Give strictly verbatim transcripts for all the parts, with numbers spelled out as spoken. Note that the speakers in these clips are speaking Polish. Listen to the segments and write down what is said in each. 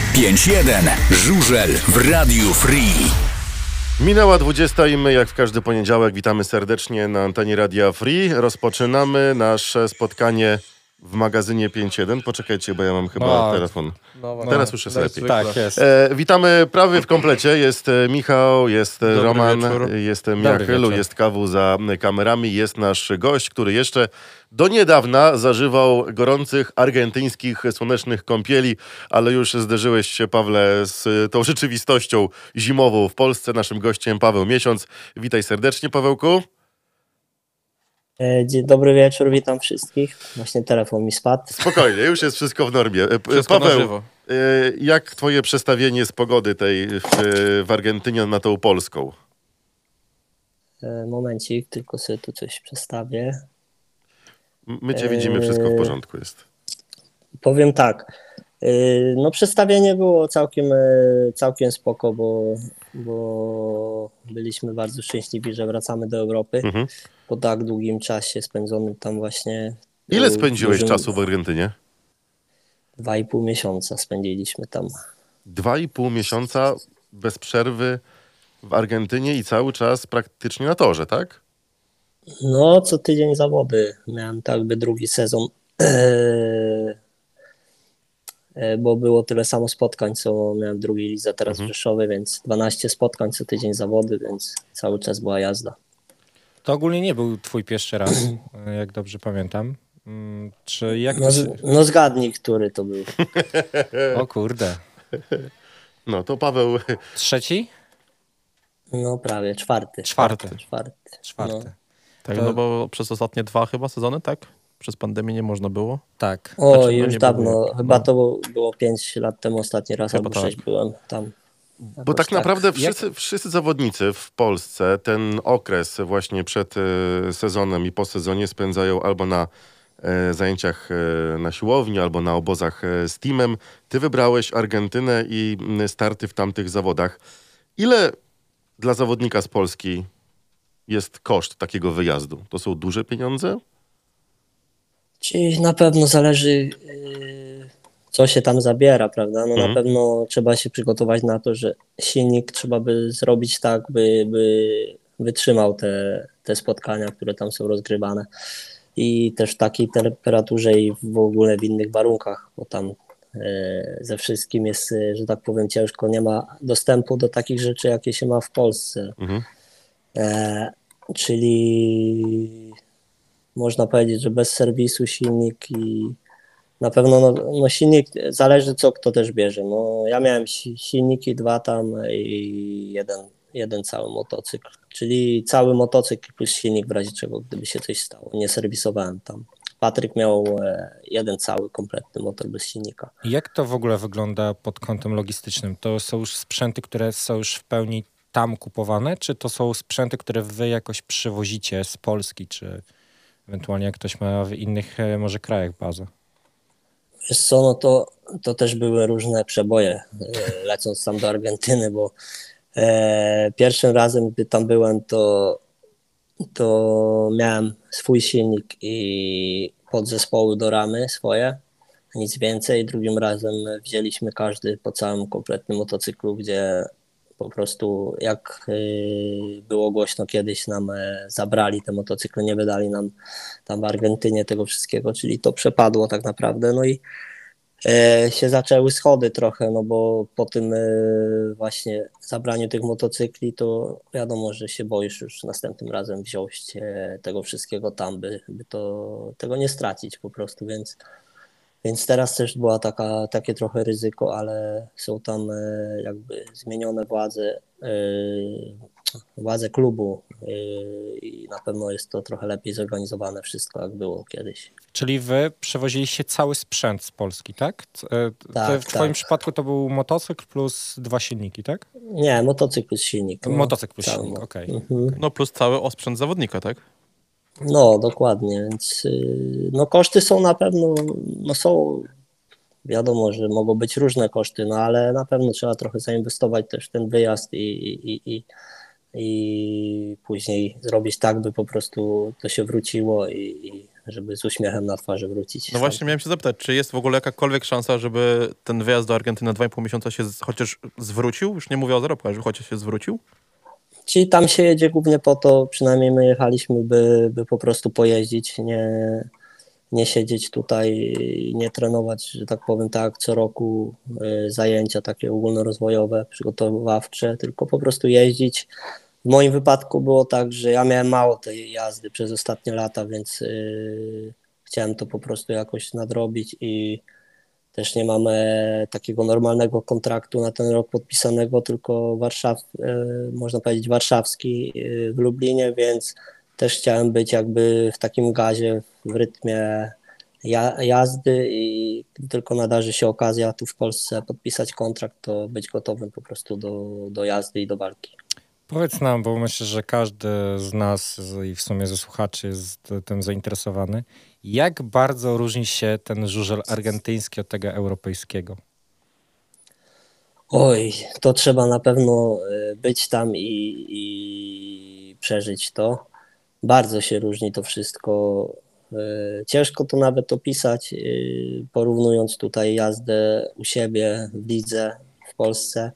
pięć jeden. Żużel w Radiu Free. Minęła dwudziesta i my, jak w każdy poniedziałek, witamy serdecznie na antenie Radia Free. Rozpoczynamy nasze spotkanie w magazynie pięć jeden. Poczekajcie, bo ja mam chyba No, telefon. No, Teraz no, już jest no, lepiej. Tak, jest. E, witamy prawie w komplecie. Jest e, Michał, jest e, Dobry Roman, wieczór. jest Dobry Miachylu, wieczór. jest Kawu za kamerami. Jest nasz gość, który jeszcze do niedawna zażywał gorących argentyńskich słonecznych kąpieli, ale już zderzyłeś się, Pawle, z tą rzeczywistością zimową w Polsce. Naszym gościem Paweł Miesiąc. Witaj serdecznie, Pawełku. Dzień dobry wieczór, witam wszystkich. Właśnie telefon mi spadł. Spokojnie, już jest wszystko w normie. E, Wszystko na Paweł, żywo. e, jak twoje przestawienie z pogody tej w, w Argentynie na tą polską? E, Momencik, tylko sobie tu coś przestawię. M- My cię widzimy, wszystko w porządku jest. Powiem tak, e, no przestawienie było całkiem, e, całkiem spoko, bo, bo byliśmy bardzo szczęśliwi, że wracamy do Europy Mhm. po tak długim czasie spędzonym tam właśnie. Ile e, spędziłeś dużym- czasu w Argentynie? Dwa i pół miesiąca spędziliśmy tam. Dwa i pół miesiąca bez przerwy w Argentynie i cały czas praktycznie na torze, tak? No, co tydzień zawody. Miałem tak jakby drugi sezon, e, e, bo było tyle samo spotkań, co miałem w drugiej lidze teraz Mhm. w Rzeszowie, więc dwanaście spotkań co tydzień zawody, więc cały czas była jazda. To ogólnie nie był twój pierwszy raz, jak dobrze pamiętam. Mm, Czy jak No, to z, się... no zgadnij, który to był. O kurde. No to Paweł, Trzeci? No prawie, czwarty. Czwarty. Czwarty. Czwarty. No. Tak, To- no bo przez ostatnie dwa chyba sezony, tak? Przez pandemię nie można było. Tak. O, Znaczy, no już nie dawno, było, chyba no. to było- było pięć lat temu ostatni raz, Chyba albo tak. sześć byłem tam. bo Jakoś tak naprawdę Jak- wszyscy, wszyscy zawodnicy w Polsce ten okres właśnie przed e, sezonem i po sezonie spędzają albo na e, zajęciach e, na siłowni, albo na obozach e, z teamem. Ty wybrałeś Argentynę i m, starty w tamtych zawodach. Ile dla zawodnika z Polski jest koszt takiego wyjazdu? To są duże pieniądze? Czyli na pewno zależy, yy, co się tam zabiera, prawda? No Mhm. na pewno trzeba się przygotować na to, że silnik trzeba by zrobić tak, by, by wytrzymał te, te spotkania, które tam są rozgrywane. I też w takiej temperaturze i w ogóle w innych warunkach, bo tam e, ze wszystkim jest, e, że tak powiem, ciężko. Nie ma dostępu do takich rzeczy, jakie się ma w Polsce. Mhm. E, czyli można powiedzieć, że bez serwisu silnik i na pewno no, no silnik, zależy co kto też bierze. No, ja miałem si- silniki dwa tam i jeden, jeden cały motocykl, czyli cały motocykl plus silnik w razie czego, gdyby się coś stało. Nie serwisowałem tam. Patryk miał e, jeden cały kompletny motor bez silnika. Jak to w ogóle wygląda pod kątem logistycznym? To są już sprzęty, które są już w pełni tam kupowane, czy to są sprzęty, które wy jakoś przywozicie z Polski, czy ewentualnie jak ktoś ma w innych e, może krajach bazę? Wiesz co, no to, to też były różne przeboje, e, lecąc tam do Argentyny, bo e, pierwszym razem, gdy tam byłem, to, to miałem swój silnik i podzespoły do ramy swoje, nic więcej. Drugim razem wzięliśmy każdy po całym kompletnym motocyklu, gdzie po prostu jak y, było głośno kiedyś nam e, zabrali te motocykle, nie wydali nam tam w Argentynie tego wszystkiego, czyli to przepadło tak naprawdę. No i e, się zaczęły schody trochę, no bo po tym e, właśnie zabraniu tych motocykli to wiadomo, że się boisz już następnym razem wziąć e, tego wszystkiego tam, by, by to, tego nie stracić po prostu, więc więc teraz też była taka, takie trochę ryzyko, ale są tam e, jakby zmienione władze, e, władze klubu e, i na pewno jest to trochę lepiej zorganizowane wszystko, jak było kiedyś. Czyli wy przewoziliście cały sprzęt z Polski, tak? C- e, Tak, w twoim tak. przypadku to był motocykl plus dwa silniki, tak? Nie, motocykl plus silnik. no. Motocykl plus Cały silnik, mo- okej. Mhm. No plus cały osprzęt zawodnika, tak? No, dokładnie, więc y, no koszty są na pewno, no są, wiadomo, że mogą być różne koszty, no ale na pewno trzeba trochę zainwestować też w ten wyjazd i, i, i, i, i później zrobić tak, by po prostu to się wróciło i, i żeby z uśmiechem na twarzy wrócić. No właśnie miałem się zapytać, czy jest w ogóle jakakolwiek szansa, żeby ten wyjazd do Argentyny na dwa i pół miesiąca się z, chociaż zwrócił? Już nie mówię o zarobku, ale żeby chociaż się zwrócił? Czyli tam się jedzie głównie po to, przynajmniej my jechaliśmy, by, by po prostu pojeździć, nie, nie siedzieć tutaj i nie trenować, że tak powiem, tak co roku y, zajęcia takie ogólnorozwojowe, przygotowawcze, tylko po prostu jeździć. W moim wypadku było tak, że ja miałem mało tej jazdy przez ostatnie lata, więc y, chciałem to po prostu jakoś nadrobić i też nie mamy takiego normalnego kontraktu na ten rok podpisanego, tylko Warszaw, można powiedzieć warszawski w Lublinie, więc też chciałem być jakby w takim gazie, w rytmie jazdy i gdy tylko nadarzy się okazja tu w Polsce podpisać kontrakt, to być gotowym po prostu do, do jazdy i do walki. Powiedz nam, bo myślę, że każdy z nas i w sumie ze słuchaczy jest tym zainteresowany. Jak bardzo różni się ten żużel argentyński od tego europejskiego? Oj, to trzeba na pewno być tam i, i przeżyć to. Bardzo się różni to wszystko. Ciężko to nawet opisać, porównując tutaj jazdę u siebie w lidze w Polsce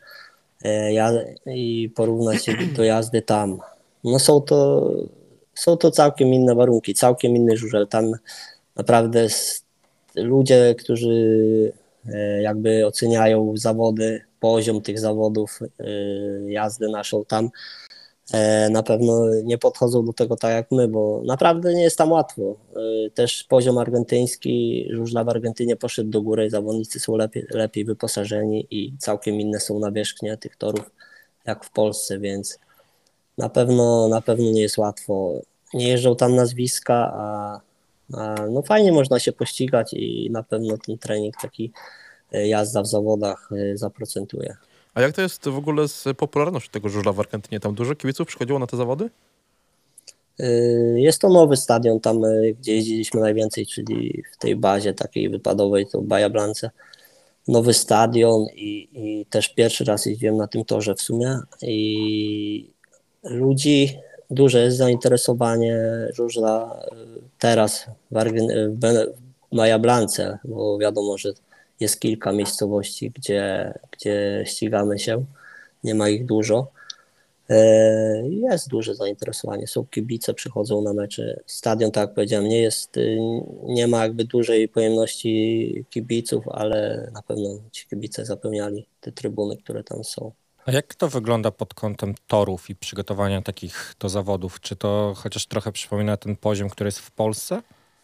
i porównać się do jazdy tam. No są to, są to całkiem inne warunki, całkiem inny żużel. Tam naprawdę ludzie, którzy jakby oceniają zawody, poziom tych zawodów, jazdę naszą tam, na pewno nie podchodzą do tego tak jak my, bo naprawdę nie jest tam łatwo. Też poziom argentyński, żużla w Argentynie poszedł do góry, zawodnicy są lepiej, lepiej wyposażeni i całkiem inne są nawierzchnie tych torów jak w Polsce, więc na pewno, na pewno nie jest łatwo. Nie jeżdżą tam nazwiska, a, a no fajnie można się pościgać i na pewno ten trening, taki jazda w zawodach zaprocentuje. A jak to jest w ogóle z popularnością tego żużla w Argentynie? Tam dużo kibiców przychodziło na te zawody? Jest to nowy stadion, tam gdzie jeździliśmy najwięcej, czyli w tej bazie takiej wypadowej, to Bahia Blanca. Nowy stadion i, i też pierwszy raz jeździłem na tym torze w sumie i ludzi, duże jest zainteresowanie żużla teraz w, Argen- w Bahia Blance, bo wiadomo, że jest kilka miejscowości, gdzie, gdzie ścigamy się, nie ma ich dużo. Jest duże zainteresowanie, są kibice, przychodzą na mecze. Stadion, tak jak powiedziałem, nie jest, nie ma jakby dużej pojemności kibiców, ale na pewno ci kibice zapełniali te trybuny, które tam są. A jak to wygląda pod kątem torów i przygotowania takich do zawodów? Czy to chociaż trochę przypomina ten poziom, który jest w Polsce?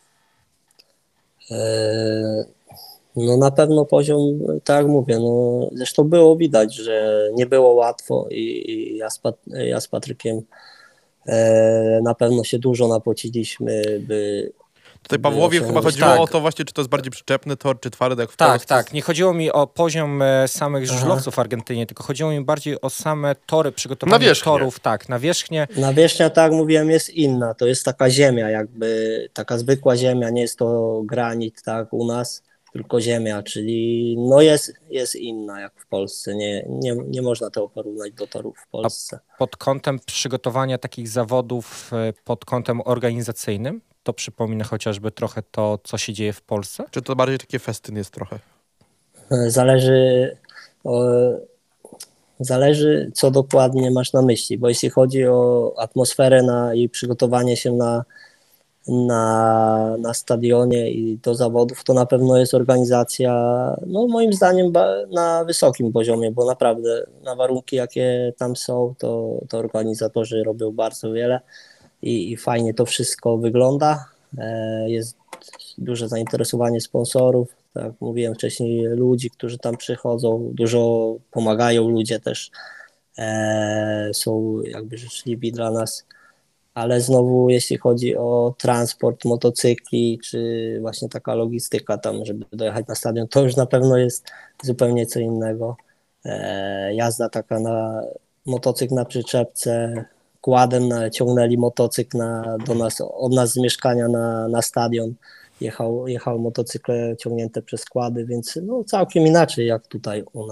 No na pewno poziom, tak jak mówię, no zresztą było widać, że nie było łatwo i, i ja, z Pat, ja z Patrykiem e, na pewno się dużo napociliśmy, by... Tutaj Pawłowi by chyba chodziło tak. o to właśnie, czy to jest bardziej przyczepny tor, czy twardy jak w Tak, Polsce. tak. Nie chodziło mi o poziom e, samych żużlowców w Argentynie, tylko chodziło mi bardziej o same tory, przygotowanie Nawierzchnię. torów. Tak, nawierzchnię. Nawierzchnia, tak jak mówiłem, jest inna, to jest taka ziemia jakby, taka zwykła ziemia, nie jest to granit tak u nas, tylko ziemia, czyli no jest, jest inna jak w Polsce, nie, nie, nie można tego porównać do torów w Polsce. A pod kątem przygotowania takich zawodów, e, pod kątem organizacyjnym, to przypomina chociażby trochę to, co się dzieje w Polsce? Czy to bardziej taki festyn jest trochę? Zależy, o, zależy co dokładnie masz na myśli, bo jeśli chodzi o atmosferę na, i przygotowanie się na, na, na stadionie i do zawodów, to na pewno jest organizacja, no moim zdaniem ba, na wysokim poziomie, bo naprawdę na warunki jakie tam są, to, to organizatorzy robią bardzo wiele i, i fajnie to wszystko wygląda. E, jest duże zainteresowanie sponsorów, tak jak mówiłem wcześniej, ludzi, którzy tam przychodzą, dużo pomagają ludzie też, e, są jakby życzliwi dla nas, ale znowu jeśli chodzi o transport, motocykli, czy właśnie taka logistyka tam, żeby dojechać na stadion, to już na pewno jest zupełnie co innego. E, jazda taka na motocykl na przyczepce, kładem na, ciągnęli motocykl na, do nas, od nas z mieszkania na, na stadion. Jechał, jechał motocykle ciągnięte przez kłady, więc no całkiem inaczej jak tutaj u nas.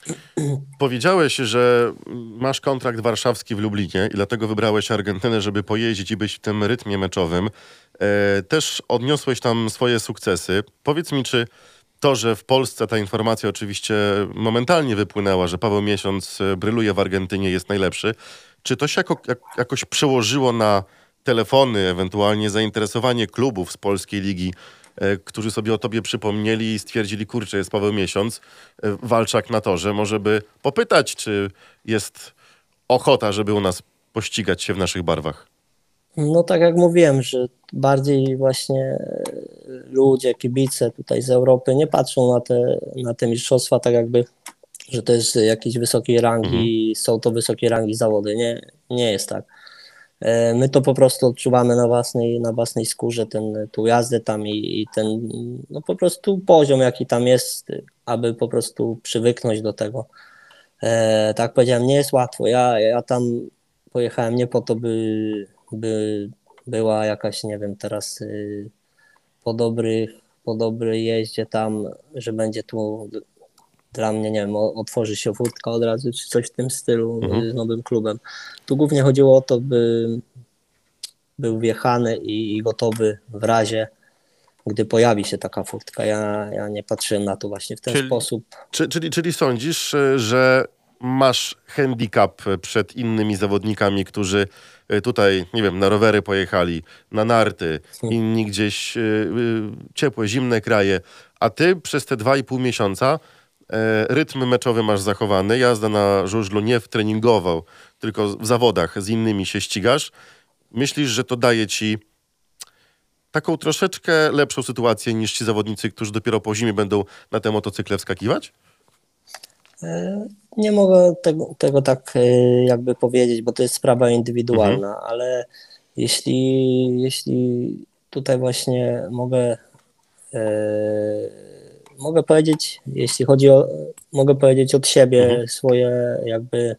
Powiedziałeś, że masz kontrakt warszawski w Lublinie i dlatego wybrałeś Argentynę, żeby pojeździć i być w tym rytmie meczowym. E, też odniosłeś tam swoje sukcesy. Powiedz mi, czy to, że w Polsce ta informacja oczywiście momentalnie wypłynęła, że Paweł Miesiąc bryluje w Argentynie, jest najlepszy, czy to się jako, jak, jakoś przełożyło na telefony, ewentualnie zainteresowanie klubów z polskiej ligi, e, którzy sobie o tobie przypomnieli i stwierdzili, kurczę, jest Paweł Miesiąc, e, walczak na torze, może by popytać, czy jest ochota, żeby u nas pościgać się w naszych barwach? No tak jak mówiłem, że bardziej właśnie ludzie, kibice tutaj z Europy nie patrzą na te, na te mistrzostwa tak jakby, że to jest jakiejś wysokiej rangi, mhm. są to wysokiej rangi zawody. Nie, nie jest tak. My to po prostu odczuwamy na własnej, na własnej skórze, ten, tą jazdę tam i, i ten no po prostu poziom, jaki tam jest, aby po prostu przywyknąć do tego. E, tak jak powiedziałem, nie jest łatwo. Ja, ja tam pojechałem nie po to, by, by była jakaś, nie wiem, teraz y, po, dobrych, po dobrej jeździe tam, że będzie tu dla mnie, nie wiem, otworzy się furtka od razu, czy coś w tym stylu mhm. z nowym klubem. Tu głównie chodziło o to, by był wjechany i, i gotowy w razie, gdy pojawi się taka furtka. Ja, ja nie patrzyłem na to właśnie w ten czyli, sposób. Czy, czyli, czyli sądzisz, że masz handicap przed innymi zawodnikami, którzy tutaj, nie wiem, na rowery pojechali, na narty, inni gdzieś y, y, ciepłe, zimne kraje, a ty przez te dwa i pół miesiąca rytm meczowy masz zachowany, jazda na żużlu nie w treningowo, tylko w zawodach z innymi się ścigasz. Myślisz, że to daje ci taką troszeczkę lepszą sytuację niż ci zawodnicy, którzy dopiero po zimie będą na te motocykle wskakiwać? Nie mogę tego, tego tak jakby powiedzieć, bo to jest sprawa indywidualna, mhm. ale jeśli, jeśli tutaj właśnie mogę mogę powiedzieć, jeśli chodzi o, mogę powiedzieć od siebie mhm. swoje jakby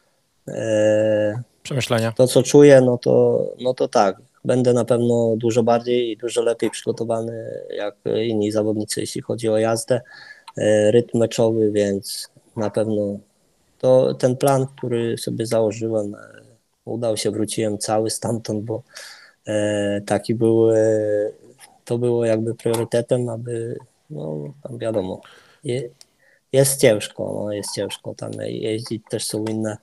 e, przemyślenia. To, co czuję, no to, no to tak, będę na pewno dużo bardziej i dużo lepiej przygotowany jak inni zawodnicy, jeśli chodzi o jazdę, e, rytm meczowy, więc na pewno to ten plan, który sobie założyłem, e, udał się, wróciłem cały stamtąd, bo e, taki był, e, to było jakby priorytetem, aby no tam wiadomo, je, jest ciężko, no jest ciężko tam jeździć, też są inne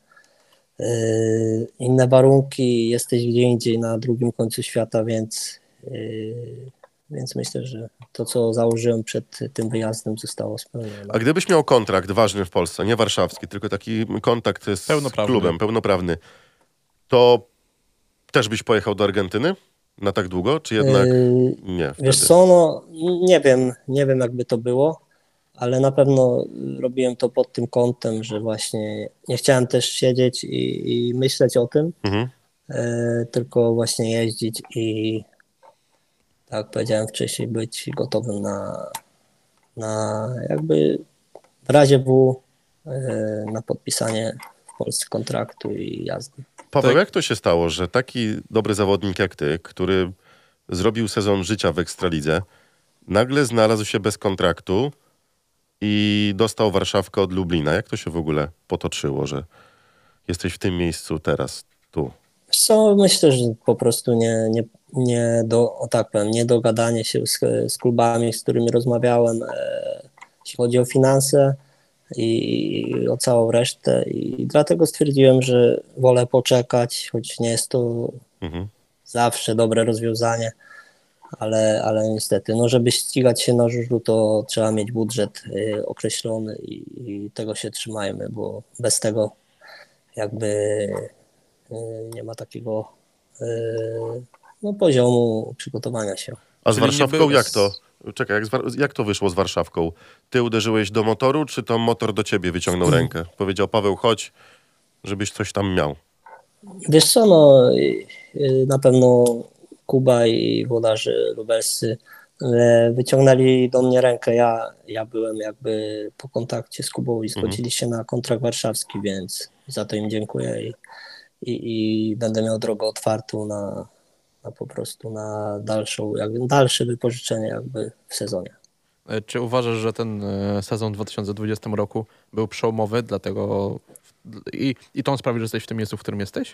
yy, inne warunki, jesteś gdzie indziej na drugim końcu świata, więc yy, więc myślę, że to, co założyłem przed tym wyjazdem, zostało spełnione. A gdybyś miał kontrakt ważny w Polsce, nie warszawski, tylko taki kontakt z pełnoprawny. klubem, pełnoprawny, to też byś pojechał do Argentyny? Na tak długo, czy jednak yy, nie? Wtedy? Wiesz co, no nie wiem, nie wiem jakby to było, ale na pewno robiłem to pod tym kątem, że właśnie nie chciałem też siedzieć i, i myśleć o tym, mhm. e, tylko właśnie jeździć i tak jak powiedziałem wcześniej, być gotowym na, na jakby w razie W e, na podpisanie w Polsce kontraktu i jazdy. Paweł, jak to się stało, że taki dobry zawodnik jak ty, który zrobił sezon życia w Ekstralidze, nagle znalazł się bez kontraktu i dostał Warszawkę od Lublina? Jak to się w ogóle potoczyło, że jesteś w tym miejscu teraz, tu? Co, myślę, że po prostu nie, nie, nie, do, o tak powiem, niedogadanie się z, z klubami, z którymi rozmawiałem, e, jeśli chodzi o finanse i o całą resztę i dlatego stwierdziłem, że wolę poczekać, choć nie jest to mhm. zawsze dobre rozwiązanie, ale, ale niestety, no żeby ścigać się na żużlu, to trzeba mieć budżet y, określony i, i tego się trzymajmy, bo bez tego jakby y, nie ma takiego y, no, poziomu przygotowania się. A z Czyli Warszawką jak to? Czekaj, jak, z, jak to wyszło z Warszawką? Ty uderzyłeś do motoru, czy to motor do ciebie wyciągnął rękę? Powiedział, Paweł, chodź, żebyś coś tam miał. Wiesz co, no na pewno Kuba i włodarze lubelscy wyciągnęli do mnie rękę. Ja, ja byłem jakby po kontakcie z Kubą i zgodzili mhm. się na kontrakt warszawski, więc za to im dziękuję i, i, i będę miał drogę otwartą na, na po prostu na dalszą, jakby dalsze wypożyczenie jakby w sezonie. E, Czy uważasz, że ten e, sezon w dwa tysiące dwudziestym roku był przełomowy, dlatego i, i to on sprawił, że jesteś w tym miejscu, w którym jesteś?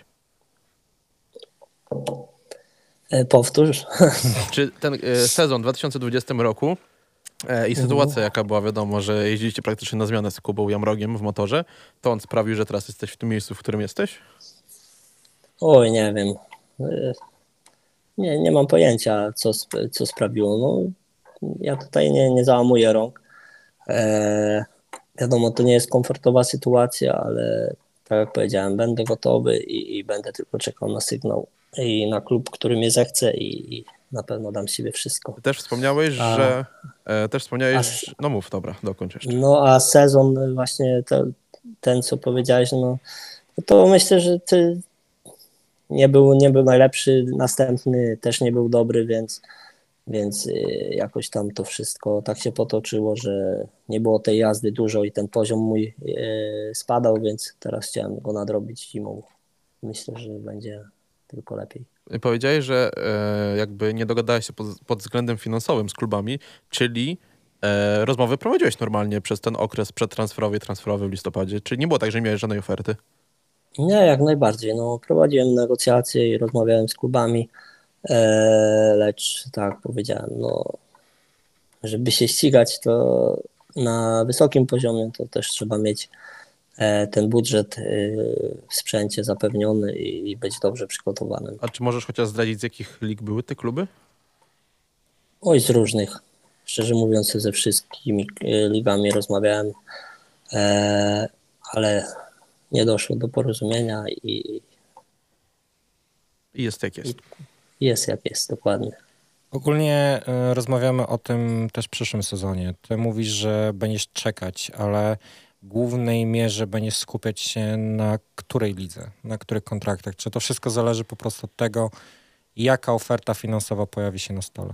E, Powtórz. Czy ten e, sezon w dwa tysiące dwudziestym roku e, i sytuacja, jaka była, wiadomo, że jeździliście praktycznie na zmianę z Kubą Jamrogiem w motorze, to on sprawił, że teraz jesteś w tym miejscu, w którym jesteś? Oj, nie wiem. E, Nie, nie mam pojęcia, co, sp- co sprawiło. No, ja tutaj nie, nie załamuję rąk. E, wiadomo, to nie jest komfortowa sytuacja, ale tak jak powiedziałem, będę gotowy i, i będę tylko czekał na sygnał i na klub, który mnie zechce i, i na pewno dam z siebie wszystko. Też wspomniałeś, A- że... E, też wspomniałeś, a- że... No mów, dobra, dokończ jeszcze. No a sezon właśnie te, ten, co powiedziałeś, no to myślę, że ty nie był, nie był najlepszy, następny też nie był dobry, więc, więc y, jakoś tam to wszystko tak się potoczyło, że nie było tej jazdy dużo i ten poziom mój y, spadał, więc teraz chciałem go nadrobić zimą. Myślę, że będzie tylko lepiej. Powiedziałeś, że e, jakby nie dogadałeś się pod, pod względem finansowym z klubami, czyli e, rozmowy prowadziłeś normalnie przez ten okres przedtransferowy i transferowy w listopadzie. Czyli nie było tak, że nie miałeś żadnej oferty? Nie, jak najbardziej. No, prowadziłem negocjacje i rozmawiałem z klubami, e, lecz tak jak powiedziałem, no, żeby się ścigać to na wysokim poziomie, to też trzeba mieć e, ten budżet e, w sprzęcie zapewniony i, i być dobrze przygotowanym. A czy możesz chociaż zdradzić, z jakich lig były te kluby? Oj, z różnych. Szczerze mówiąc, ze wszystkimi e, ligami rozmawiałem, e, ale nie doszło do porozumienia i I jest jak jest. jest jak jest, dokładnie. Ogólnie y, rozmawiamy o tym też w przyszłym sezonie. Ty mówisz, że będziesz czekać, ale w głównej mierze będziesz skupiać się na której lidze, na których kontraktach? Czy to wszystko zależy po prostu od tego, jaka oferta finansowa pojawi się na stole?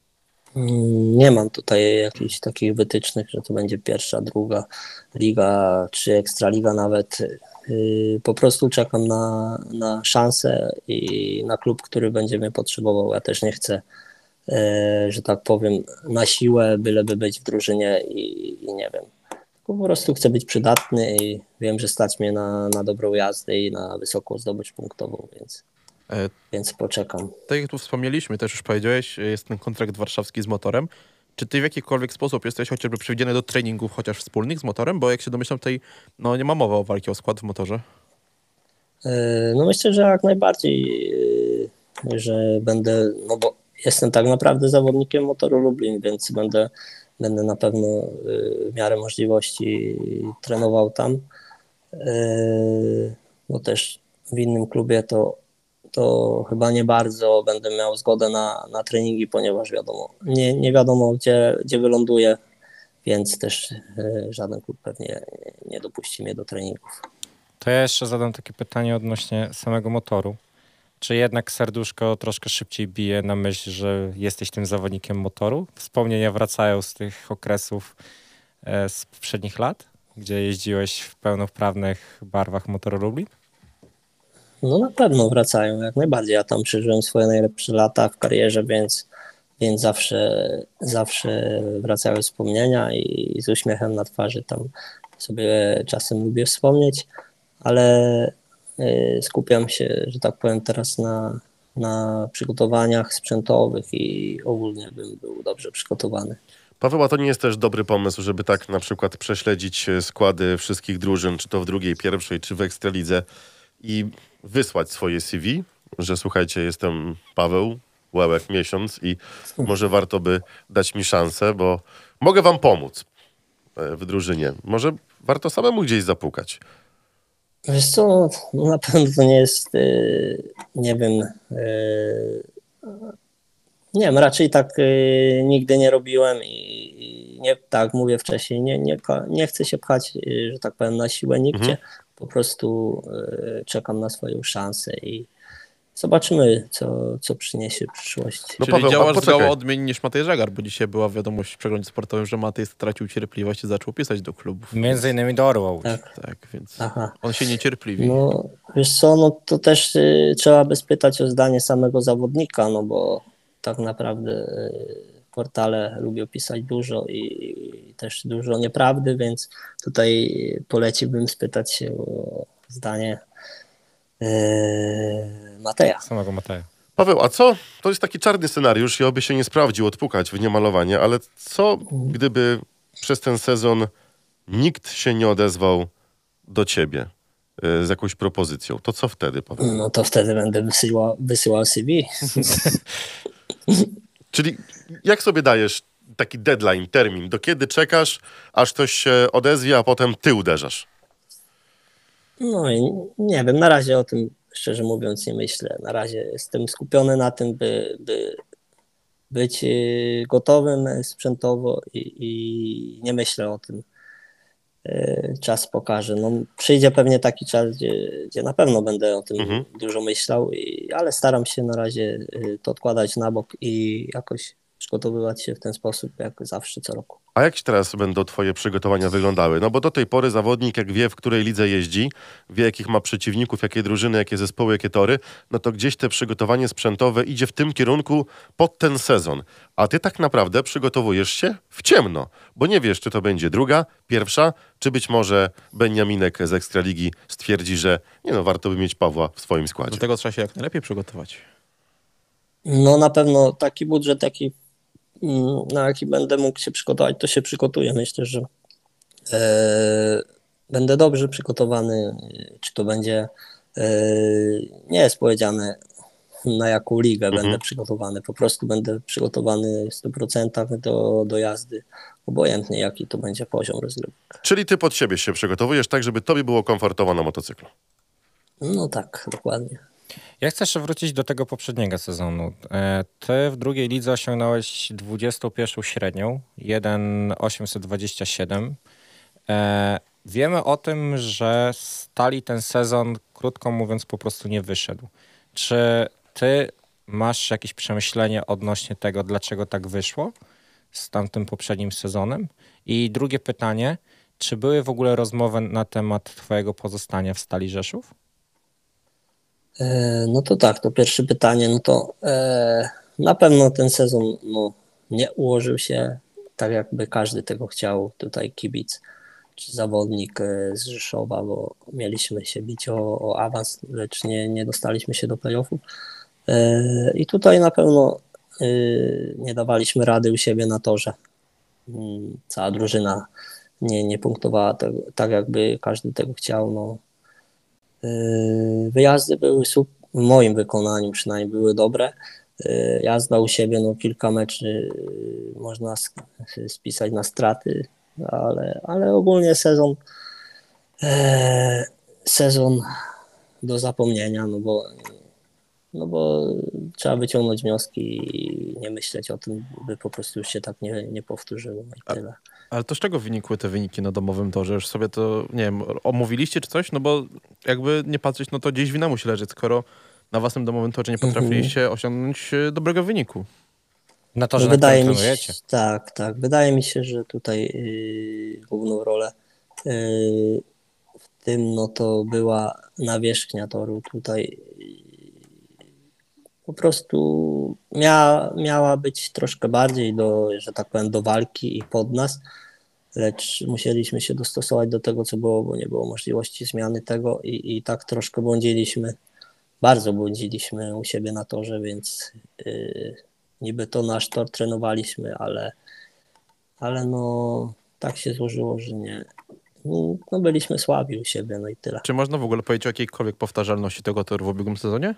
Nie mam tutaj jakichś takich wytycznych, że to będzie pierwsza, druga liga, czy ekstraliga nawet. Yy, Po prostu czekam na, na szansę i na klub, który będzie mnie potrzebował. Ja też nie chcę, yy, że tak powiem, na siłę, byleby być w drużynie i, i nie wiem. Po prostu chcę być przydatny i wiem, że stać mnie na, na dobrą jazdę i na wysoką zdobycz punktową, więc, E, więc poczekam. tak jak tu wspomnieliśmy, też już powiedziałeś, jest ten kontrakt warszawski z motorem. Czy ty w jakikolwiek sposób jesteś chociażby przewidziany do treningów chociaż wspólnych z motorem? Bo jak się domyślam, tutaj no, nie ma mowy o walki o skład w motorze. Yy, No myślę, że jak najbardziej, yy, że będę, no bo jestem tak naprawdę zawodnikiem Motoru Lublin, więc będę, będę na pewno yy, w miarę możliwości trenował tam. Yy, Bo też w innym klubie to, to chyba nie bardzo będę miał zgodę na, na treningi, ponieważ wiadomo, nie, nie wiadomo gdzie, gdzie wyląduję, więc też yy, żaden klub pewnie nie dopuści mnie do treningów. To ja jeszcze zadam takie pytanie odnośnie samego motoru. Czy jednak serduszko troszkę szybciej bije na myśl, że jesteś tym zawodnikiem motoru? Wspomnienia wracają z tych okresów e, z poprzednich lat, gdzie jeździłeś w pełnoprawnych barwach Motoru Lublin? No na pewno wracają, jak najbardziej. Ja tam przeżyłem swoje najlepsze lata w karierze, więc, więc zawsze, zawsze wracały wspomnienia i z uśmiechem na twarzy tam sobie czasem lubię wspomnieć, ale y, skupiam się, że tak powiem, teraz na, na przygotowaniach sprzętowych i ogólnie bym był dobrze przygotowany. Paweł, a to nie jest też dobry pomysł, żeby tak na przykład prześledzić e, składy wszystkich drużyn, czy to w drugiej, pierwszej, czy w Ekstralidze i wysłać swoje C V, że słuchajcie, jestem Paweł, Łełek miesiąc i może warto by dać mi szansę, bo mogę wam pomóc e, w drużynie. Może warto samemu gdzieś zapukać. Wiesz co, no na pewno to nie jest, y, nie wiem, y, nie wiem, raczej tak y, nigdy nie robiłem i, i nie, tak mówię wcześniej, nie, nie, nie chcę się pchać, y, że tak powiem, na siłę nigdzie, Mhm. po prostu y, czekam na swoją szansę i zobaczymy, co, co przyniesie przyszłość. No Czyli Paweł, a działasz poczekaj. zgoła odmiennie niż Matej Żagar, bo dzisiaj była wiadomość w przeglądzie sportowym, że Matej stracił cierpliwość i zaczął pisać do klubów. Między innymi do Orła Łódź. Tak. Tak, więc Aha. on się niecierpliwi. No, wiesz co, no to też y, trzeba by spytać o zdanie samego zawodnika, no bo tak naprawdę y, portale lubią pisać dużo i, i też dużo nieprawdy, więc tutaj poleciłbym spytać się o zdanie yy, Mateja. Samego Mateja. Paweł, a co? To jest taki czarny scenariusz i oby się nie sprawdził, odpukać w niemalowanie, ale co gdyby przez ten sezon nikt się nie odezwał do ciebie y, z jakąś propozycją? To co wtedy, Paweł? No to wtedy będę wysyłał, wysyłał C V. Czyli jak sobie dajesz taki deadline, termin, do kiedy czekasz, aż ktoś się odezwie, a potem ty uderzasz? No i nie wiem, na razie o tym szczerze mówiąc nie myślę. Na razie jestem skupiony na tym, by, by być y, gotowym sprzętowo i, i nie myślę o tym. Y, Czas pokaże. No, przyjdzie pewnie taki czas, gdzie, gdzie na pewno będę o tym Mhm. dużo myślał, i, ale staram się na razie y, to odkładać na bok i jakoś przygotowywać się w ten sposób, jak zawsze co roku. A jak teraz będą twoje przygotowania wyglądały? No bo do tej pory zawodnik, jak wie, w której lidze jeździ, wie, jakich ma przeciwników, jakie drużyny, jakie zespoły, jakie tory, no to gdzieś te przygotowanie sprzętowe idzie w tym kierunku pod ten sezon. A ty tak naprawdę przygotowujesz się w ciemno, bo nie wiesz, czy to będzie druga, pierwsza, czy być może Beniaminek z Ekstraligi stwierdzi, że nie no, warto by mieć Pawła w swoim składzie. Do tego trzeba się jak najlepiej przygotować. No na pewno taki budżet, jaki, mm, na jaki będę mógł się przygotować, to się przygotuję. Myślę, że e, będę dobrze przygotowany. Czy to będzie, e, nie jest powiedziane na jaką ligę Mhm. będę przygotowany. Po prostu będę przygotowany w stu procentach do, do jazdy, obojętnie jaki to będzie poziom rozgrywki. Czyli ty pod siebie się przygotowujesz tak, żeby tobie było komfortowo na motocyklu. No tak, dokładnie. Ja chcę jeszcze wrócić do tego poprzedniego sezonu. E, Ty w drugiej lidze osiągnąłeś dwudziestą pierwszą średnią, jeden przecinek osiemset dwadzieścia siedem. E, Wiemy o tym, że Stali ten sezon, krótko mówiąc, po prostu nie wyszedł. Czy ty masz jakieś przemyślenie odnośnie tego, dlaczego tak wyszło z tamtym poprzednim sezonem? I drugie pytanie, czy były w ogóle rozmowy na temat twojego pozostania w Stali Rzeszów? E, No to tak, to pierwsze pytanie, no to e, na pewno ten sezon no, nie ułożył się tak, jakby każdy tego chciał, tutaj kibic czy zawodnik e, z Rzeszowa, bo mieliśmy się bić o, o awans, lecz nie, nie dostaliśmy się do playoffów. E, I tutaj na pewno e, nie dawaliśmy rady u siebie na torze. Mm, Cała drużyna nie, nie punktowała tego, tak, jakby każdy tego chciał, no. Wyjazdy były super, w moim wykonaniu przynajmniej były dobre. Jazda u siebie, no kilka meczy można spisać na straty, ale, ale ogólnie sezon sezon do zapomnienia, no bo, no bo trzeba wyciągnąć wnioski i nie myśleć o tym, by po prostu już się tak nie, nie powtórzyło i tyle. Ale to z czego wynikły te wyniki na domowym torze? Już sobie to, nie wiem, omówiliście czy coś? No bo jakby nie patrzeć, no to gdzieś wina musi leżeć, skoro na własnym domowym torze nie potrafiliście osiągnąć e, dobrego wyniku. Na torze, No na wydaje którym mi się, trenujecie. tak, tak. Wydaje mi się, że tutaj yy, główną rolę yy, w tym no to była nawierzchnia toru. Tutaj yy, po prostu miała, miała być troszkę bardziej do, że tak powiem, do walki i pod nas, lecz musieliśmy się dostosować do tego, co było, bo nie było możliwości zmiany tego i, i tak troszkę błądziliśmy, bardzo błądziliśmy u siebie na torze, więc yy, niby to nasz tor trenowaliśmy, ale, ale no tak się złożyło, że nie. No byliśmy słabi u siebie, no i tyle. Czy można w ogóle powiedzieć o jakiejkolwiek powtarzalności tego toru w ubiegłym sezonie?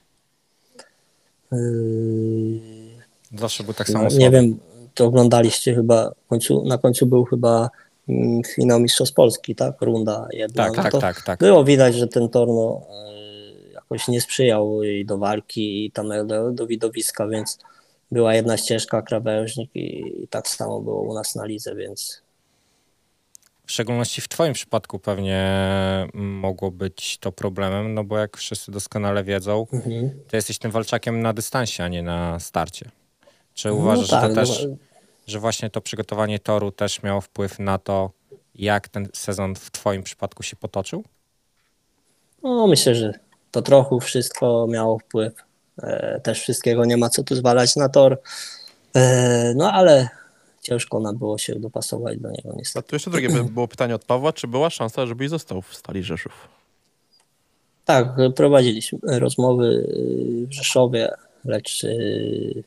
Yy, Zawsze był tak no, samo nie słaby. wiem, to oglądaliście chyba, w końcu, na końcu był chyba mm, finał Mistrzostw Polski, tak? Runda jedna. Tak, no tak, to tak, tak. Było widać, że ten tor no, yy, jakoś nie sprzyjał i do walki i tam do, do widowiska, więc była jedna ścieżka, krawężnik i, i tak samo było u nas na lidze, więc W szczególności w twoim przypadku pewnie mogło być to problemem, no bo jak wszyscy doskonale wiedzą, mhm. ty jesteś tym walczakiem na dystansie, a nie na starcie. Czy No uważasz, tak, że to no, też, że właśnie to przygotowanie toru też miało wpływ na to, jak ten sezon w twoim przypadku się potoczył? no myślę, że to trochę wszystko miało wpływ. E, też wszystkiego nie ma co tu zwalać na tor. E, no ale ciężko nam było się dopasować do niego A niestety. tu jeszcze drugie by było pytanie od Pawła, czy była szansa, żebyś został w Stali Rzeszów? Tak, prowadziliśmy rozmowy y, w Rzeszowie, lecz y,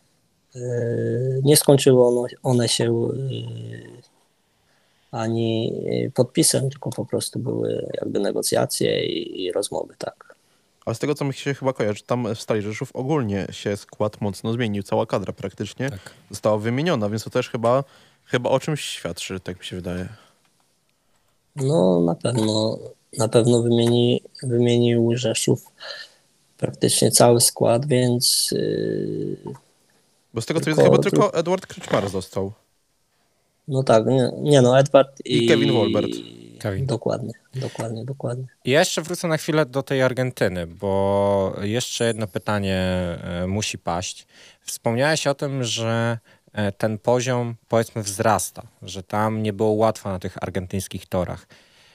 y, nie skończyły one, one się y, ani podpisem, tylko po prostu były jakby negocjacje i, i rozmowy, tak. Ale z tego, co mi się chyba kojarzy, tam w Stali Rzeszów ogólnie się skład mocno zmienił, cała kadra praktycznie Tak. została wymieniona, więc to też chyba, chyba o czymś świadczy, tak mi się wydaje. No na pewno, na pewno wymieni, wymienił Rzeszów praktycznie cały skład, więc y, Bo z tego, co Tylko- widzę, chyba tylko Edward Kryczmar został. no tak, nie, nie no, Edward i, I Kevin Wolbert. Kevin. Dokładnie, dokładnie, dokładnie. Ja jeszcze wrócę na chwilę do tej Argentyny, bo jeszcze jedno pytanie e, musi paść. Wspomniałeś o tym, że e, ten poziom, powiedzmy, wzrasta, że tam nie było łatwo na tych argentyńskich torach.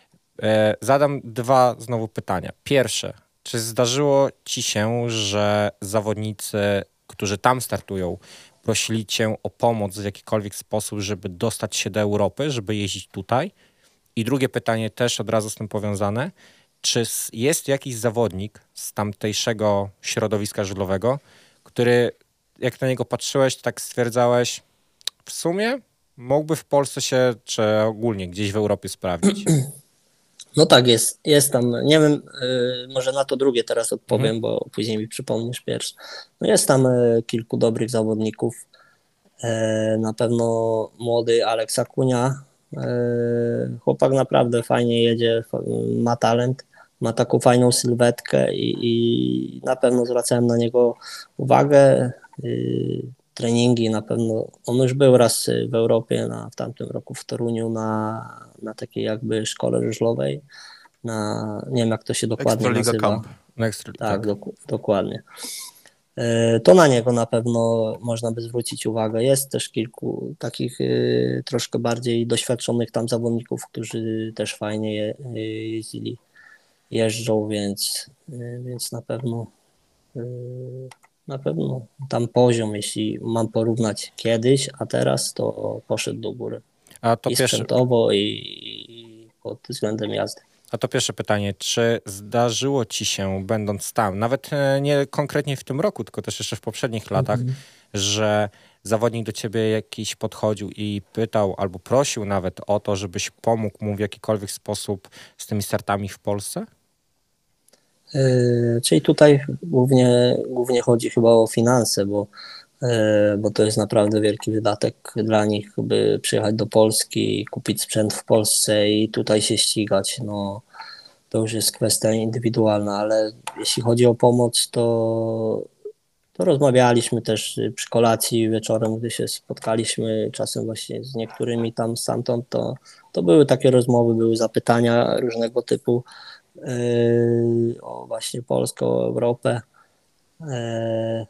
E, Zadam dwa znowu pytania. Pierwsze, czy zdarzyło ci się, że zawodnicy, którzy tam startują, prosili cię o pomoc w jakikolwiek sposób, żeby dostać się do Europy, żeby jeździć tutaj? I drugie pytanie też od razu z tym powiązane. Czy s- jest jakiś zawodnik z tamtejszego środowiska żużlowego, który jak na niego patrzyłeś, to tak stwierdzałeś, w sumie mógłby w Polsce się, czy ogólnie gdzieś w Europie sprawdzić? No tak, jest, jest tam, nie wiem, y, może na to drugie teraz odpowiem, bo później mi przypomnisz pierwszy. No jest tam y, kilku dobrych zawodników. E, na pewno młody Aleks Akunia. E, chłopak naprawdę fajnie jedzie, fa- ma talent, ma taką fajną sylwetkę i, i na pewno zwracałem na niego uwagę. Y, treningi na pewno, on już był raz w Europie, na, w tamtym roku w Toruniu na, na takiej jakby szkole żużlowej, na, nie wiem jak to się dokładnie Ekstraliga nazywa. Camp. Next, Tak, tak. dok- dokładnie. E, To na niego na pewno można by zwrócić uwagę. Jest też kilku takich e, troszkę bardziej doświadczonych tam zawodników, którzy też fajnie je, e, jeździli, jeżdżą, więc, e, więc na pewno e, na pewno tam poziom, jeśli mam porównać kiedyś, a teraz, to poszedł do góry. A to I pierwsze, sprzętowo, i, i pod względem jazdy. A to pierwsze pytanie, czy zdarzyło ci się, będąc tam, nawet e, nie konkretnie w tym roku, tylko też jeszcze w poprzednich latach, że zawodnik do ciebie jakiś podchodził i pytał albo prosił nawet o to, żebyś pomógł mu w jakikolwiek sposób z tymi startami w Polsce? Yy, Czyli tutaj głównie, głównie chodzi chyba o finanse, bo, yy, bo to jest naprawdę wielki wydatek dla nich, by przyjechać do Polski, kupić sprzęt w Polsce i tutaj się ścigać. No, to już jest kwestia indywidualna, ale jeśli chodzi o pomoc, to, to rozmawialiśmy też przy kolacji wieczorem, gdy się spotkaliśmy czasem właśnie z niektórymi tam stamtąd, to, to były takie rozmowy, były zapytania różnego typu yy, o właśnie Polskę, o Europę. Yy,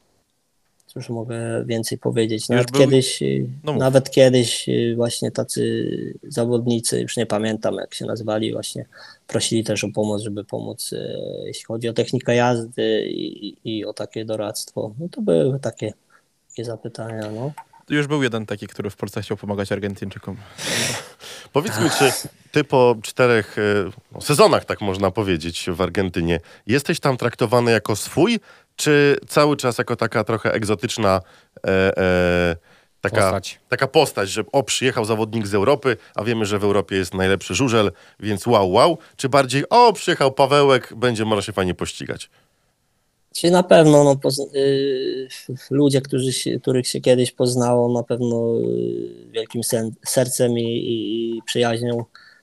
Cóż mogę więcej powiedzieć? Nawet był- kiedyś, yy, No mów. nawet kiedyś yy, właśnie tacy zawodnicy, już nie pamiętam jak się nazwali, właśnie prosili też o pomoc, żeby pomóc, yy, jeśli chodzi o technikę jazdy i, i, i o takie doradztwo. No to były takie, takie zapytania, no. Już był jeden taki, który w Polsce chciał pomagać Argentyńczykom. Powiedz mi, czy ty po czterech e, no, sezonach, tak można powiedzieć, w Argentynie, jesteś tam traktowany jako swój, czy cały czas jako taka trochę egzotyczna e, e, taka, Postać. taka postać, że o, przyjechał zawodnik z Europy, a wiemy, że w Europie jest najlepszy żużel, więc wow, wow, czy bardziej o, przyjechał Pawełek, będzie można się fajnie pościgać? Czyli na pewno no, pozn- y, ludzie, którzy się, których się kiedyś poznało, na pewno y, wielkim sen- sercem i, i, i przyjaźnią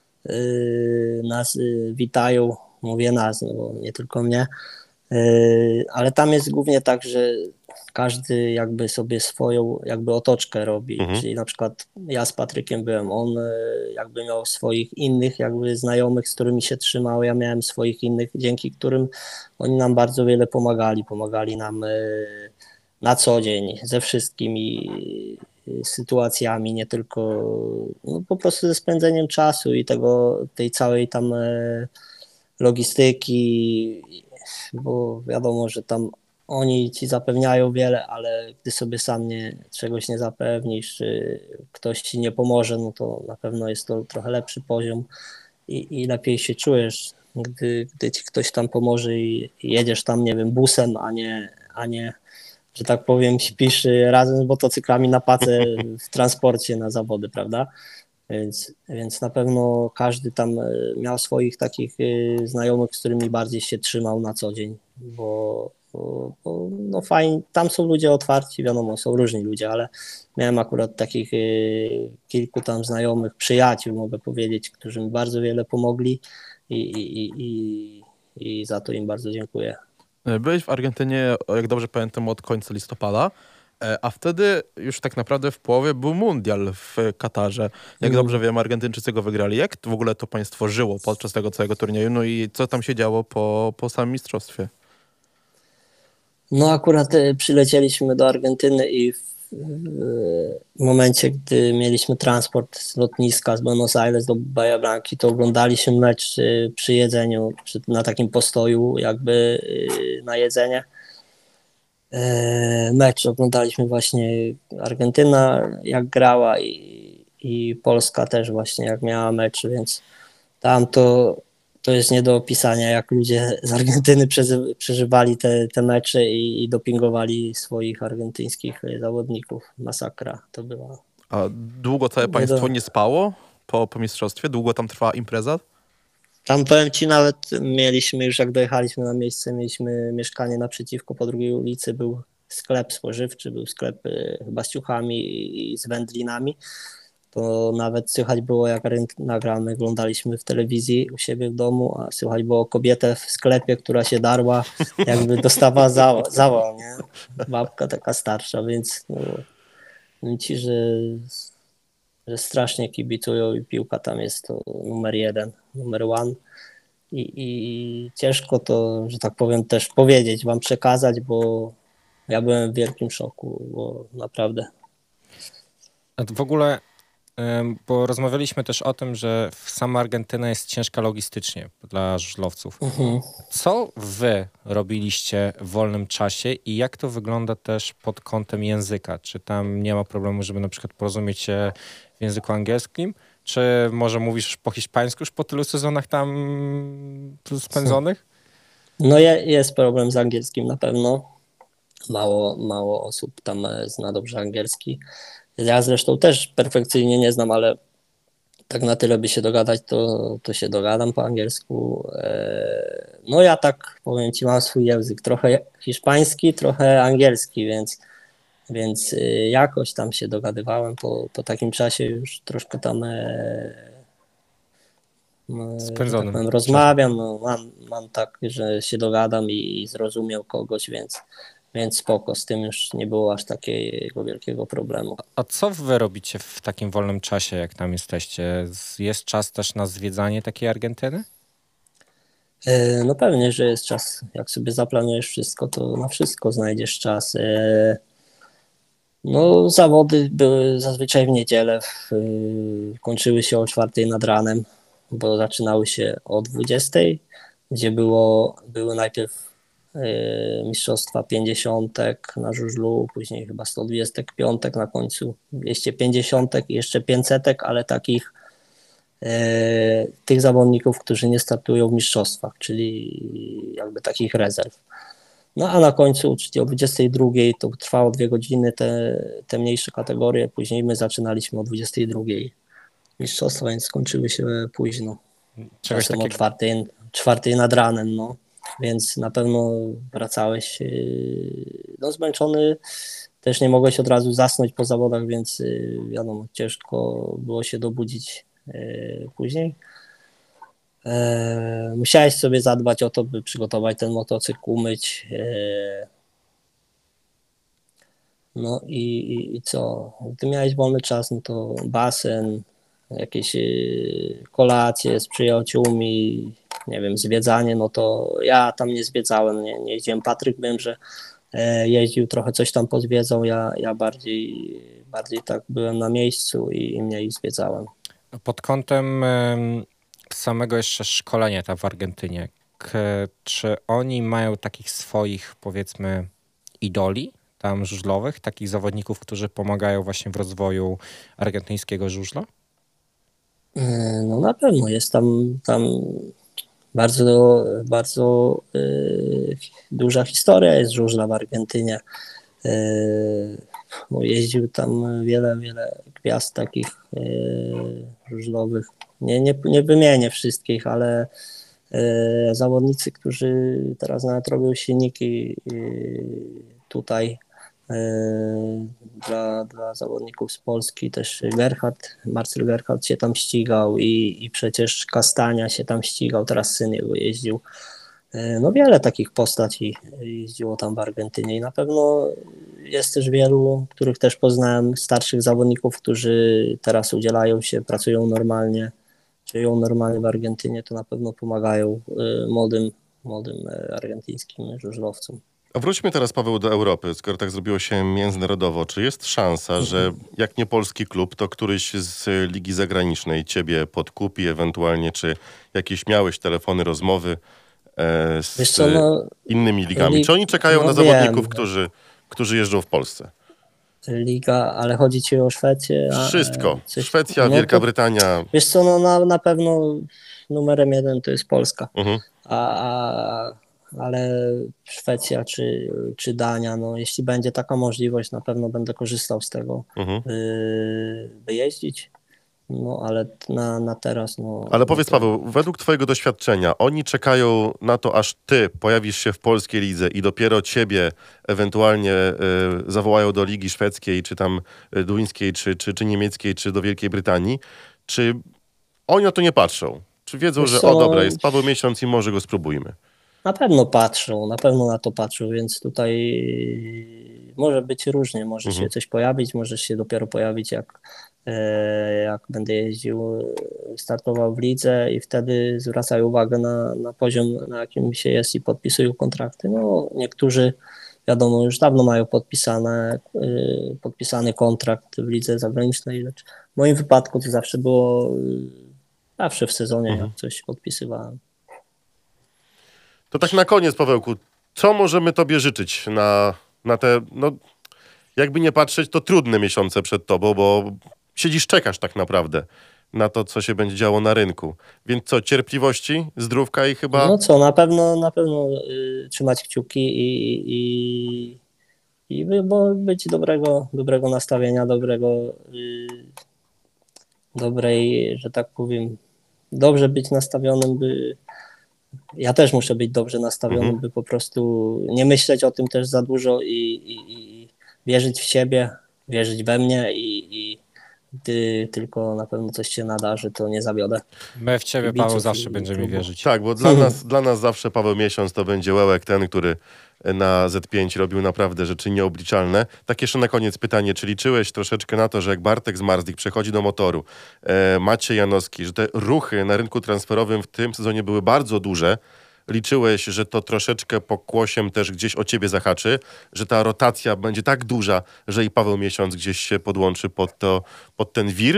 y, nas y, witają. Mówię nas, no, bo nie tylko mnie. Y, ale tam jest głównie tak, że każdy jakby sobie swoją jakby otoczkę robi. Mhm. Czyli na przykład ja z Patrykiem byłem, on y, jakby miał swoich innych jakby znajomych, z którymi się trzymał, ja miałem swoich innych, dzięki którym oni nam bardzo wiele pomagali. Pomagali nam y, na co dzień ze wszystkimi y, sytuacjami, nie tylko no, po prostu ze spędzeniem czasu i tego, tej całej tam y, logistyki, bo wiadomo, że tam oni ci zapewniają wiele, ale gdy sobie sam nie, czegoś nie zapewnisz, czy ktoś ci nie pomoże, no to na pewno jest to trochę lepszy poziom i, i lepiej się czujesz, gdy, gdy ci ktoś tam pomoże i jedziesz tam, nie wiem, busem, a nie, a nie, że tak powiem, śpisz razem z motocyklami na pace w transporcie na zawody, prawda? Więc, więc na pewno każdy tam miał swoich takich znajomych, z którymi bardziej się trzymał na co dzień, bo, bo, bo no fajnie, tam są ludzie otwarci, wiadomo, są różni ludzie, ale miałem akurat takich kilku tam znajomych, przyjaciół, mogę powiedzieć, którzy mi bardzo wiele pomogli i, i, i, i za to im bardzo dziękuję. Byłeś w Argentynie, jak dobrze pamiętam, od końca listopada, a wtedy już tak naprawdę w połowie był mundial w Katarze. Jak Mm. dobrze wiem, Argentyńczycy go wygrali. Jak w ogóle to państwo żyło podczas tego całego turnieju? No i co tam się działo po, po samym mistrzostwie? No akurat przylecieliśmy do Argentyny i w, w momencie, gdy mieliśmy transport z lotniska z Buenos Aires do Bahia Blanki, to oglądaliśmy mecz przy jedzeniu, przy, na takim postoju jakby na jedzenie. Mecz oglądaliśmy właśnie Argentyna jak grała i, i Polska też właśnie jak miała mecz, więc tam to, to jest nie do opisania, jak ludzie z Argentyny przeżywali te, te mecze i, i dopingowali swoich argentyńskich zawodników. Masakra to była. A długo całe Nie państwo do- nie spało po, po mistrzostwie? Długo tam trwała impreza? Tam powiem ci, nawet mieliśmy już jak dojechaliśmy na miejsce, mieliśmy mieszkanie naprzeciwko, po drugiej ulicy był sklep spożywczy, był sklep y, chyba z ciuchami i, i z wędlinami. To nawet słychać było, jak rynek nagramy, oglądaliśmy w telewizji u siebie w domu, a słychać było kobietę w sklepie, która się darła, jakby dostawała zawał, zawał, nie? Babka taka starsza, więc no, powiem ci, że, że strasznie kibicują i piłka tam jest to numer jeden, numer one. I, i ciężko to, że tak powiem, też powiedzieć, wam przekazać, bo ja byłem w wielkim szoku, bo naprawdę. A w ogóle, ym, bo rozmawialiśmy też o tym, że sama Argentyna jest ciężka logistycznie dla żużlowców. Mhm. Co wy robiliście w wolnym czasie i jak to wygląda też pod kątem języka? Czy tam nie ma problemu, żeby na przykład porozumieć się w języku angielskim? Czy może mówisz po hiszpańsku już po tylu sezonach tam spędzonych? No je, jest problem z angielskim na pewno. Mało, mało osób tam zna dobrze angielski. Ja zresztą też perfekcyjnie nie znam, ale tak na tyle, by się dogadać, to, to się dogadam po angielsku. No ja tak powiem ci, mam swój język, trochę hiszpański, trochę angielski, więc, więc jakoś tam się dogadywałem. Po, po takim czasie już troszkę tam no, Spędzonym tak powiem, rozmawiam, no, mam, mam tak, że się dogadam i, i zrozumiał kogoś, więc, więc spoko, z tym już nie było aż takiego wielkiego problemu. A co wy robicie w takim wolnym czasie, jak tam jesteście? Jest czas też na zwiedzanie takiej Argentyny? E, No pewnie, że jest czas. Jak sobie zaplanujesz wszystko, to na wszystko znajdziesz czas. E, No zawody były zazwyczaj w niedzielę, w, kończyły się o czwartej nad ranem, bo zaczynały się o dwudziestej, gdzie było, były najpierw e, mistrzostwa pięćdziesiątek na żużlu, później chyba sto dwudziestek piątek, na końcu dwieście pięćdziesiątek i jeszcze pięćsetek, ale takich e, tych zawodników, którzy nie startują w mistrzostwach, czyli jakby takich rezerw. No a na końcu, czyli o dwudziestej drugiej, to trwało dwie godziny te, te mniejsze kategorie, później my zaczynaliśmy o dwudziestej drugiej mistrzostwa, więc skończyły się późno. Czegoś Czasem takiego. o czwartej, czwartej nad ranem, no. Więc na pewno wracałeś yy, no, zmęczony, też nie mogłeś od razu zasnąć po zawodach, więc yy, wiadomo, ciężko było się dobudzić yy, później. Yy, musiałeś sobie zadbać o to, by przygotować ten motocykl, umyć. Yy, no i, i, i co? Gdy miałeś wolny czas, no to basen, jakieś yy, kolacje z przyjaciółmi, nie wiem, zwiedzanie, no to ja tam nie zwiedzałem, nie, nie jeździłem. Patryk wiem, że yy, jeździł, trochę coś tam pozwiedzał, ja, ja bardziej, bardziej tak byłem na miejscu i, i mniej zwiedzałem. Pod kątem em, samego jeszcze szkolenia tam w Argentynie, k- czy oni mają takich swoich, powiedzmy, idoli tam żużlowych, takich zawodników, którzy pomagają właśnie w rozwoju argentyńskiego żużla? No na pewno jest tam, tam bardzo, bardzo yy, duża historia jest żużla w Argentynie. Yy, bo jeździł tam wiele, wiele gwiazd takich yy, żużlowych. Nie, nie, nie wymienię wszystkich, ale yy, zawodnicy, którzy teraz nawet robią silniki yy, tutaj yy, dla, dla zawodników z Polski, też Gerhard, Marcel Gerhard się tam ścigał i, i przecież Kastania się tam ścigał, teraz syn jego jeździł. No wiele takich postaci jeździło tam w Argentynie i na pewno jest też wielu, których też poznałem, starszych zawodników, którzy teraz udzielają się, pracują normalnie, żyją normalnie w Argentynie, to na pewno pomagają młodym, młodym argentyńskim żużlowcom. A wróćmy teraz, Paweł, do Europy, skoro tak zrobiło się międzynarodowo. Czy jest szansa, że jak nie polski klub, to któryś z ligi zagranicznej ciebie podkupi ewentualnie, czy jakieś miałeś telefony, rozmowy e, z Wiesz co, no, innymi ligami? lig- Czy oni czekają no na wiem. zawodników, którzy, którzy jeżdżą w Polsce? Liga, ale chodzi ci o Szwecję? A, Wszystko. coś- Szwecja, no Wielka to- Brytania. Wiesz co, no na, na pewno numerem jeden to jest Polska. Mhm. A, a, ale Szwecja czy, czy Dania, no jeśli będzie taka możliwość, na pewno będę korzystał z tego, Mhm. by, by jeździć. No ale na, na teraz, no... Ale powiedz, no to- Paweł, według twojego doświadczenia, oni czekają na to, aż ty pojawisz się w polskiej lidze i dopiero ciebie ewentualnie y, zawołają do ligi szwedzkiej, czy tam y, duńskiej, czy, czy, czy niemieckiej, czy do Wielkiej Brytanii. Czy oni na to nie patrzą? Czy wiedzą, Wiesz że co, o dobra, jest Paweł Miesiąc i może go spróbujmy? Na pewno patrzą, na pewno na to patrzą, więc tutaj może być różnie, może Mhm. się coś pojawić, może się dopiero pojawić jak, e, jak będę jeździł, e, startował w lidze i wtedy zwracają uwagę na, na poziom, na jakim się jest i podpisują kontrakty. No niektórzy wiadomo już dawno mają podpisane, e, podpisany kontrakt w lidze zagranicznej, lecz w moim wypadku to zawsze było, e, zawsze w sezonie Mhm. jak coś podpisywałem. To tak na koniec, Pawełku, co możemy tobie życzyć na, na te, no jakby nie patrzeć, to trudne miesiące przed tobą, bo siedzisz, czekasz tak naprawdę na to, co się będzie działo na rynku. Więc co, cierpliwości, zdrówka i chyba... No co, na pewno, na pewno y, trzymać kciuki i, i, i by, bo być dobrego, dobrego nastawienia, dobrego, y, dobrej, że tak powiem, dobrze być nastawionym, by ja też muszę być dobrze nastawiony, Mhm. by po prostu nie myśleć o tym też za dużo i, i, i wierzyć w siebie, wierzyć we mnie i, i gdy tylko na pewno coś się nadarzy, to nie zawiodę. My w ciebie, Kibiców Paweł, i- zawsze i będziemy klubu. wierzyć. Tak, bo dla nas, dla nas zawsze Paweł Miesiąc to będzie Łełek, ten, który na zet pięć robił naprawdę rzeczy nieobliczalne. Tak jeszcze na koniec pytanie, czy liczyłeś troszeczkę na to, że jak Bartek Zmarzlik przechodzi do motoru, e, Maciej Janowski, że te ruchy na rynku transferowym w tym sezonie były bardzo duże, liczyłeś, że to troszeczkę pokłosiem też gdzieś o ciebie zahaczy, że ta rotacja będzie tak duża, że i Paweł Miesiąc gdzieś się podłączy pod, to, pod ten wir?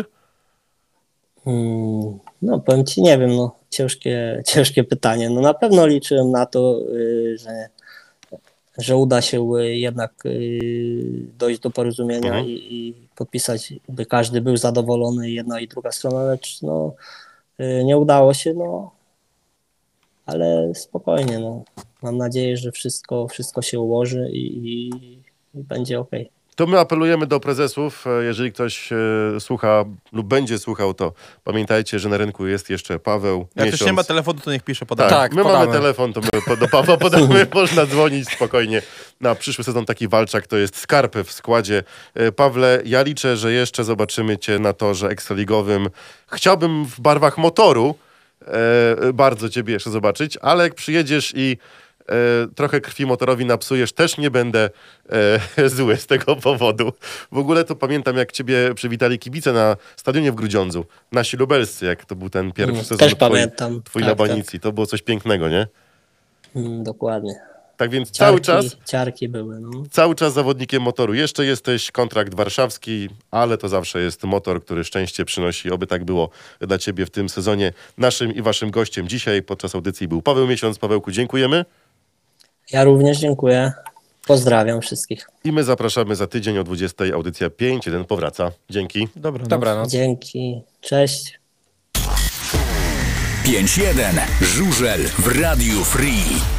Hmm, No powiem ci, nie wiem, no ciężkie, ciężkie pytanie. No na pewno liczyłem na to, y, że, że uda się y, jednak y, dojść do porozumienia Mhm. i, i podpisać, by każdy był zadowolony, jedna i druga strona, lecz no y, nie udało się, no ale spokojnie, no. Mam nadzieję, że wszystko, wszystko się ułoży i, i, i będzie okej. To my apelujemy do prezesów, e, jeżeli ktoś e, słucha lub będzie słuchał, to pamiętajcie, że na rynku jest jeszcze Paweł Jak Miesiąc. ktoś nie ma telefonu, to niech pisze Tak, podanie. Tak, my podamy. mamy telefon, to my po- do Pawła podamy, można dzwonić spokojnie. Na przyszły sezon taki walczak to jest Skarpy w składzie. E, Pawle, ja liczę, że jeszcze zobaczymy cię na torze ekstraligowym. Chciałbym w barwach motoru e, bardzo ciebie jeszcze zobaczyć, ale jak przyjedziesz i e, trochę krwi motorowi napsujesz, też nie będę e, zły z tego powodu. W ogóle to pamiętam, jak ciebie przywitali kibice na stadionie w Grudziądzu, nasi lubelscy, jak to był ten pierwszy Mm, sezon też twój, pamiętam. twój Tak, na Banicji. To było coś pięknego, nie? Mm, Dokładnie. Tak więc Ciarki, cały czas, ciarki były, no. cały czas zawodnikiem motoru. Jeszcze jesteś, kontrakt warszawski, ale to zawsze jest motor, który szczęście przynosi. Oby tak było dla ciebie w tym sezonie. Naszym i waszym gościem dzisiaj podczas audycji był Paweł Miesiąc. Pawełku, dziękujemy. Ja również dziękuję. Pozdrawiam wszystkich. I my zapraszamy za tydzień o dwudziestej. Audycja pięć jeden powraca. Dzięki. Dobranoc. Dobranoc. Dzięki. Cześć. pięć jeden. Żużel w Radiu Free.